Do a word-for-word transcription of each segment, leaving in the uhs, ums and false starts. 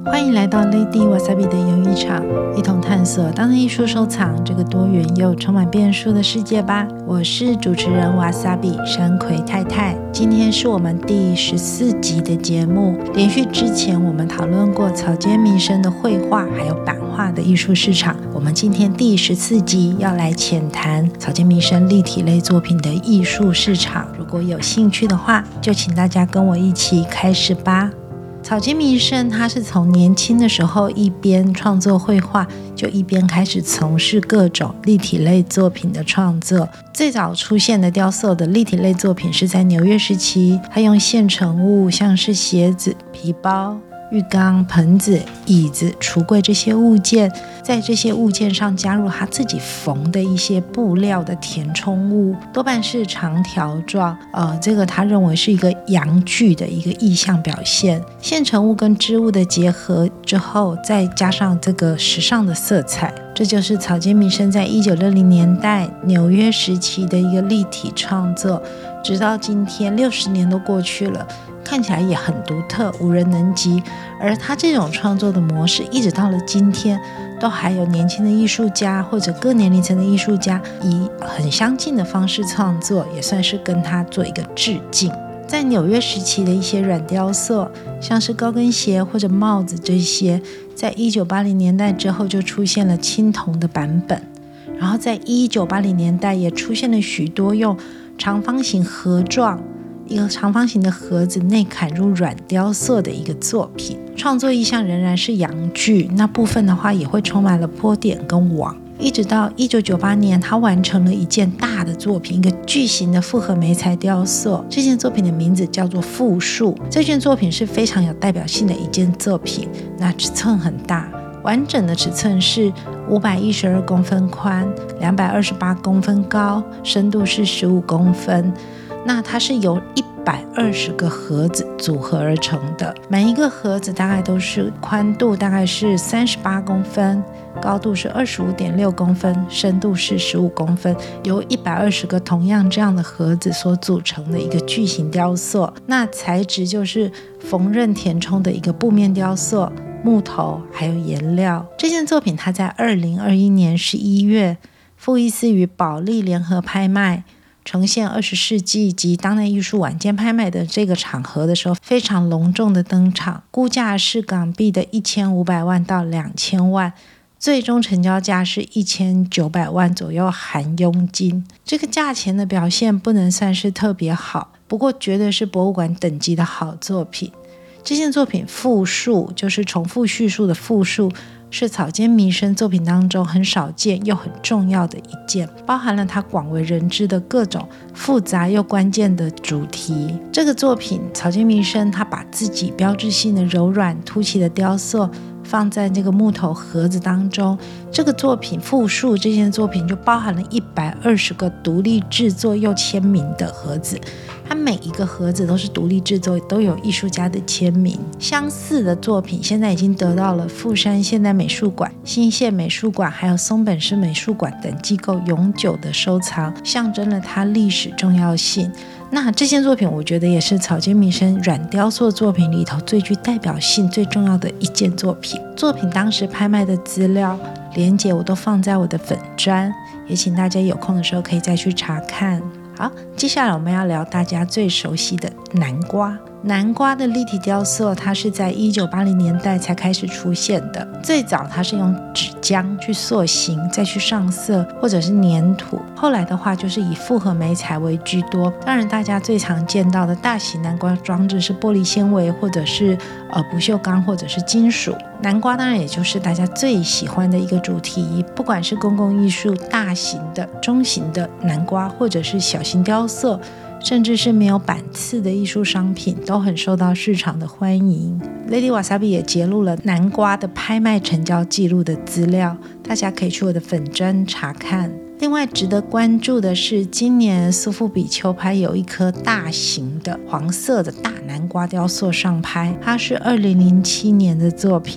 欢迎来到 Lady Wasabi 的游艺场，一同探索当代艺术收藏这个多元又充满变数的世界吧。我是主持人 Wasabi 山葵太太，今天是我们第十四集的节目。连续之前我们讨论过草间弥生的绘画还有版画的艺术市场，我们今天第十四集要来浅谈草间弥生立体类作品的艺术市场。如果有兴趣的话，就请大家跟我一起开始吧。草间弥生他是从年轻的时候一边创作绘画，就一边开始从事各种立体类作品的创作。最早出现的雕塑的立体类作品是在纽约时期，他用现成物像是鞋子、皮包、浴缸、盆子、椅子、橱柜这些物件，在这些物件上加入他自己缝的一些布料的填充物，多半是长条状，呃，这个他认为是一个阳具的一个意象表现。现成物跟织物的结合之后，再加上这个时尚的色彩，这就是草间弥生在一九六零年代纽约时期的一个立体创作，直到今天六十年都过去了，看起来也很独特，无人能及。而他这种创作的模式一直到了今天，都还有年轻的艺术家或者各年龄层的艺术家以很相近的方式创作，也算是跟他做一个致敬。在纽约时期的一些软雕塑，像是高跟鞋或者帽子，这些在一九八零年代之后就出现了青铜的版本，然后在一九八零年代也出现了许多用长方形盒状一个长方形的盒子内砍入软雕塑的一个作品，创作意象仍然是阳具，那部分的话也会充满了波点跟网。一直到一九九八年，他完成了一件大的作品，一个巨型的复合媒材雕塑。这件作品的名字叫做复数。这件作品是非常有代表性的一件作品，那尺寸很大，完整的尺寸是五百一十二公分宽，两百二十八公分高，深度是十五公分。那它是由一百二十个盒子组合而成的，每一个盒子大概都是宽度大概是三十八公分，高度是二十五点六公分，深度是十五公分，由一百二十个同样这样的盒子所组成的一个巨型雕塑。那材质就是缝纫填充的一个布面雕塑，木头还有颜料。这件作品它在二零二一年十一月富艺斯与保利联合拍卖，呈现二十世纪及当代艺术晚间拍卖的这个场合的时候，非常隆重的登场，估价是港币的一千五百万到两千万，最终成交价是一千九百万左右含佣金。这个价钱的表现不能算是特别好，不过绝对是博物馆等级的好作品。这件作品复述，就是重复叙述的复述，是草间弥生作品当中很少见又很重要的一件，包含了他广为人知的各种复杂又关键的主题。这个作品草间弥生他把自己标志性的柔软凸起的雕塑放在这个木头盒子当中，这个作品复述这件作品就包含了一百二十个独立制作又签名的盒子，它每一个盒子都是独立制作，都有艺术家的签名。相似的作品现在已经得到了富山现代美术馆、新泻美术馆还有松本市美术馆等机构永久的收藏，象征了它历史重要性。那这件作品我觉得也是草间弥生软雕塑作品里头最具代表性最重要的一件作品。作品当时拍卖的资料连结我都放在我的粉专，也请大家有空的时候可以再去查看。好，接下来我们要聊大家最熟悉的南瓜。南瓜的立体雕塑它是在一九八零年代才开始出现的，最早它是用纸浆去塑形再去上色或者是粘土，后来的话就是以复合媒材为居多。当然大家最常见到的大型南瓜装置是玻璃纤维或者是呃不锈钢或者是金属。南瓜当然也就是大家最喜欢的一个主题，不管是公共艺术大型的中型的南瓜或者是小型雕塑，甚至是没有版次的艺术商品都很受到市场的欢迎。 Lady Wasabi 也揭露了南瓜的拍卖成交记录的资料，大家可以去我的粉专查看。另外值得关注的是，今年苏富比秋拍有一颗大型的黄色的大南瓜雕塑上拍，它是二零零七年的作品，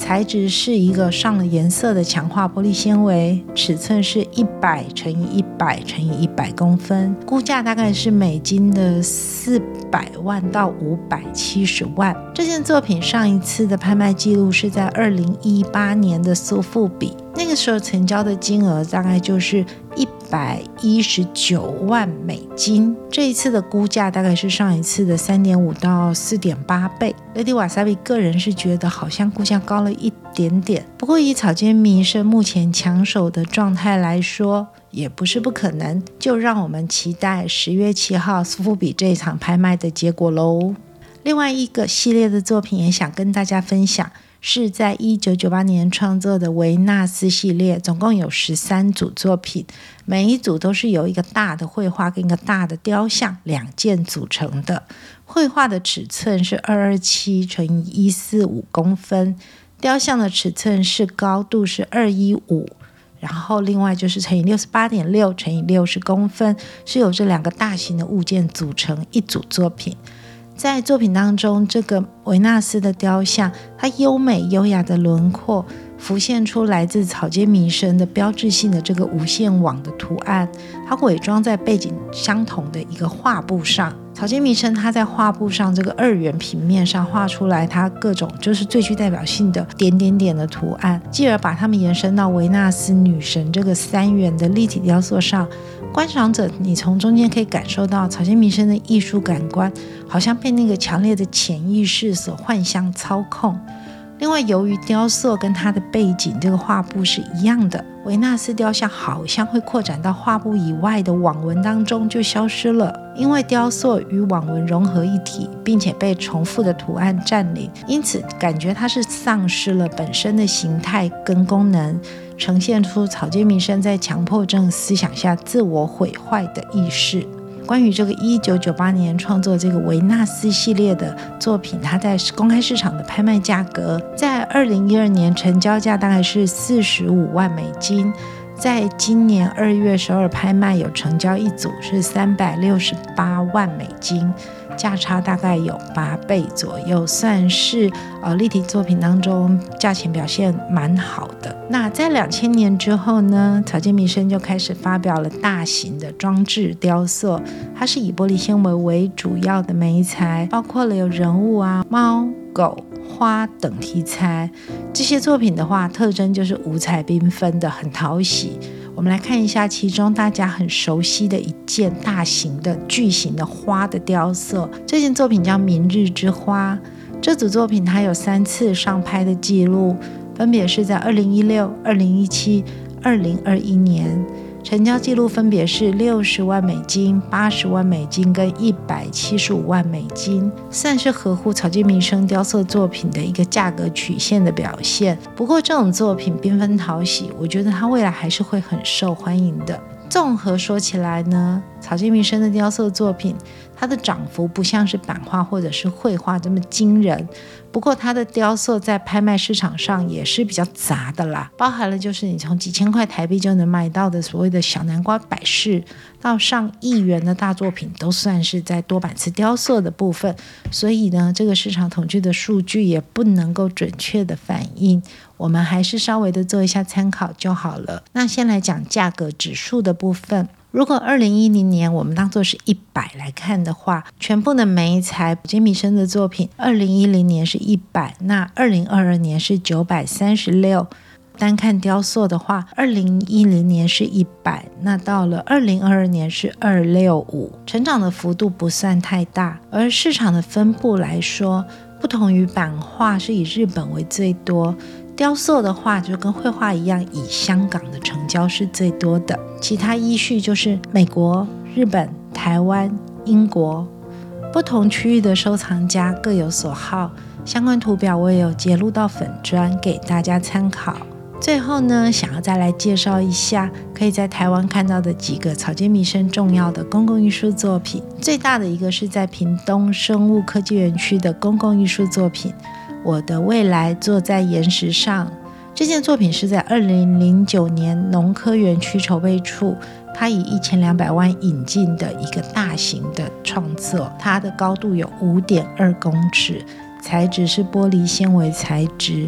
材质是一个上了颜色的强化玻璃纤维，尺寸是一百乘以一百乘以一百公分，估价大概是美金的四百万到五百七十万。这件作品上一次的拍卖记录是在二零一八年的苏富比，那个时候成交的金额大概就是一百一十九万美金，这一次的估价大概是上一次的 三点五 到 四点八 倍。 Lady Wasabi 个人是觉得好像估价高了一点点，不过以草间弥生目前抢手的状态来说也不是不可能，就让我们期待十月七号苏富比这一场拍卖的结果咯。另外一个系列的作品也想跟大家分享，是在一九九八年创作的维纳斯系列，总共有十三组作品，每一组都是由一个大的绘画跟一个大的雕像两件组成的。绘画的尺寸是二百二十七乘以一百四十五公分，雕像的尺寸是高度是二百一十五，然后另外就是乘以 六十八点六 乘以六十公分，是由这两个大型的物件组成一组作品。在作品当中，这个维纳斯的雕像，它优美优雅的轮廓浮现出来自草间弥生的标志性的这个无限网的图案，它伪装在背景相同的一个画布上。草间弥生他在画布上这个二元平面上画出来他各种就是最具代表性的点点点的图案，继而把它们延伸到维纳斯女神这个三元的立体雕塑上。观赏者你从中间可以感受到草间弥生的艺术感官好像被那个强烈的潜意识所幻象操控。另外由于雕塑跟它的背景这个画布是一样的，维纳斯雕像好像会扩展到画布以外的网纹当中就消失了，因为雕塑与网纹融合一体，并且被重复的图案占领，因此感觉它是丧失了本身的形态跟功能，呈现出草间弥生在强迫症思想下自我毁坏的意识。关于这个一九九八年创作这个维纳斯系列的作品，它在公开市场的拍卖价格在二零一二年成交价大概是四十五万美金，在今年二月十二拍卖有成交一组是三百六十八万美金，价差大概有八倍左右，算是呃立体作品当中价钱表现蛮好的。那在两千年之后呢，草间弥生就开始发表了大型的装置雕塑，它是以玻璃纤维为主要的媒材，包括了有人物啊、猫、狗、花等题材。这些作品的话，特征就是五彩缤纷的，很讨喜。我们来看一下其中大家很熟悉的一件大型的巨型的花的雕塑，这件作品叫明日之花。这组作品它有三次上拍的记录，分别是在二零一六、二零一七、二零二一年，成交记录分别是六十万美金、八十万美金跟一百七十五万美金，算是合乎草间弥生雕塑作品的一个价格曲线的表现。不过这种作品缤纷讨喜，我觉得它未来还是会很受欢迎的。综合说起来呢，草间弥生的雕塑作品它的涨幅不像是版画或者是绘画这么惊人，不过它的雕塑在拍卖市场上也是比较杂的啦，包含了就是你从几千块台币就能买到的所谓的小南瓜摆饰，到上亿元的大作品都算是在多版次雕塑的部分，所以呢这个市场统计的数据也不能够准确的反映，我们还是稍微的做一下参考就好了。那先来讲价格指数的部分，如果二零一零年我们当作是一百来看的话，全部的媒材草间弥生的作品二零一零年是一百，那二零二二年是九百三十六。单看雕塑的话，二零一零年是一百，那到了二零二二年是二百六十五，成长的幅度不算太大。而市场的分布来说，不同于版画是以日本为最多，雕塑的话就跟绘画一样，以香港的成交是最多的，其他依序就是美国、日本、台湾、英国。不同区域的收藏家各有所好，相关图表我也有截录到粉专给大家参考。最后呢，想要再来介绍一下可以在台湾看到的几个草间弥生重要的公共艺术作品。最大的一个是在屏东生物科技园区的公共艺术作品我的未来坐在岩石上。这件作品是在二零零九年农科园区筹备处，它以一千两百万引进的一个大型的创作，它的高度有 五点二公尺，材质是玻璃纤维材质。那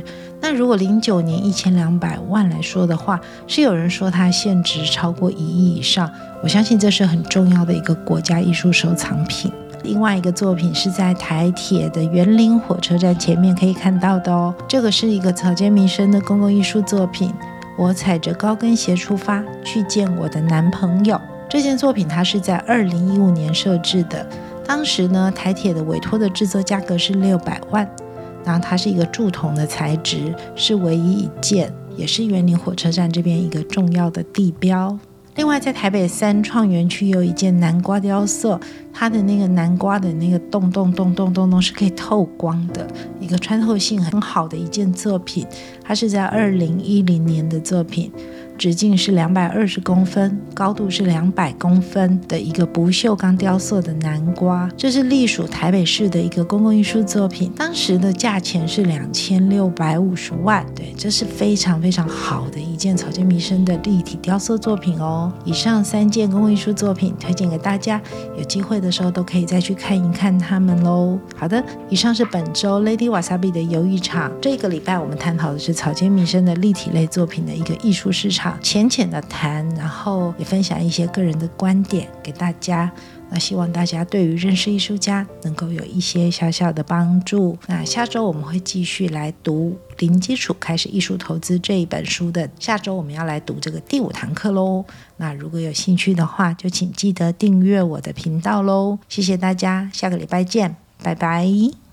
那如果零九年一千两百万来说的话，是有人说它现值超过一亿以上，我相信这是很重要的一个国家艺术收藏品。另外一个作品是在台铁的园林火车站前面可以看到的哦，这个是一个草间弥生的公共艺术作品，我踩着高跟鞋出发去见我的男朋友。这件作品它是在二零一五年设置的，当时呢台铁的委托的制作价格是六百万，然后它是一个铸铜的材质，是唯一一件，也是园林火车站这边一个重要的地标。另外在台北三创园区有一件南瓜雕塑，它的那个南瓜的那个洞洞洞洞洞洞是可以透光的，一个穿透性很好的一件作品，它是在二零一零年的作品，直径是两百二十公分，高度是两百公分的一个不锈钢雕塑的南瓜，这是隶属台北市的一个公共艺术作品，当时的价钱是两千六百五十万，对，这是非常非常好的一件草间弥生的立体雕塑作品哦。以上三件公共艺术作品推荐给大家，有机会的时候都可以再去看一看它们咯。好的，以上是本周 Lady Wasabi 的游艺场，这个礼拜我们探讨的是草间弥生的立体类作品的一个艺术市场，浅浅的谈，然后也分享一些个人的观点给大家，那希望大家对于认识艺术家能够有一些小小的帮助。那下周我们会继续来读零基础开始艺术投资这一本书的，下周我们要来读这个第五堂课咯。那如果有兴趣的话，就请记得订阅我的频道咯。谢谢大家，下个礼拜见，拜拜。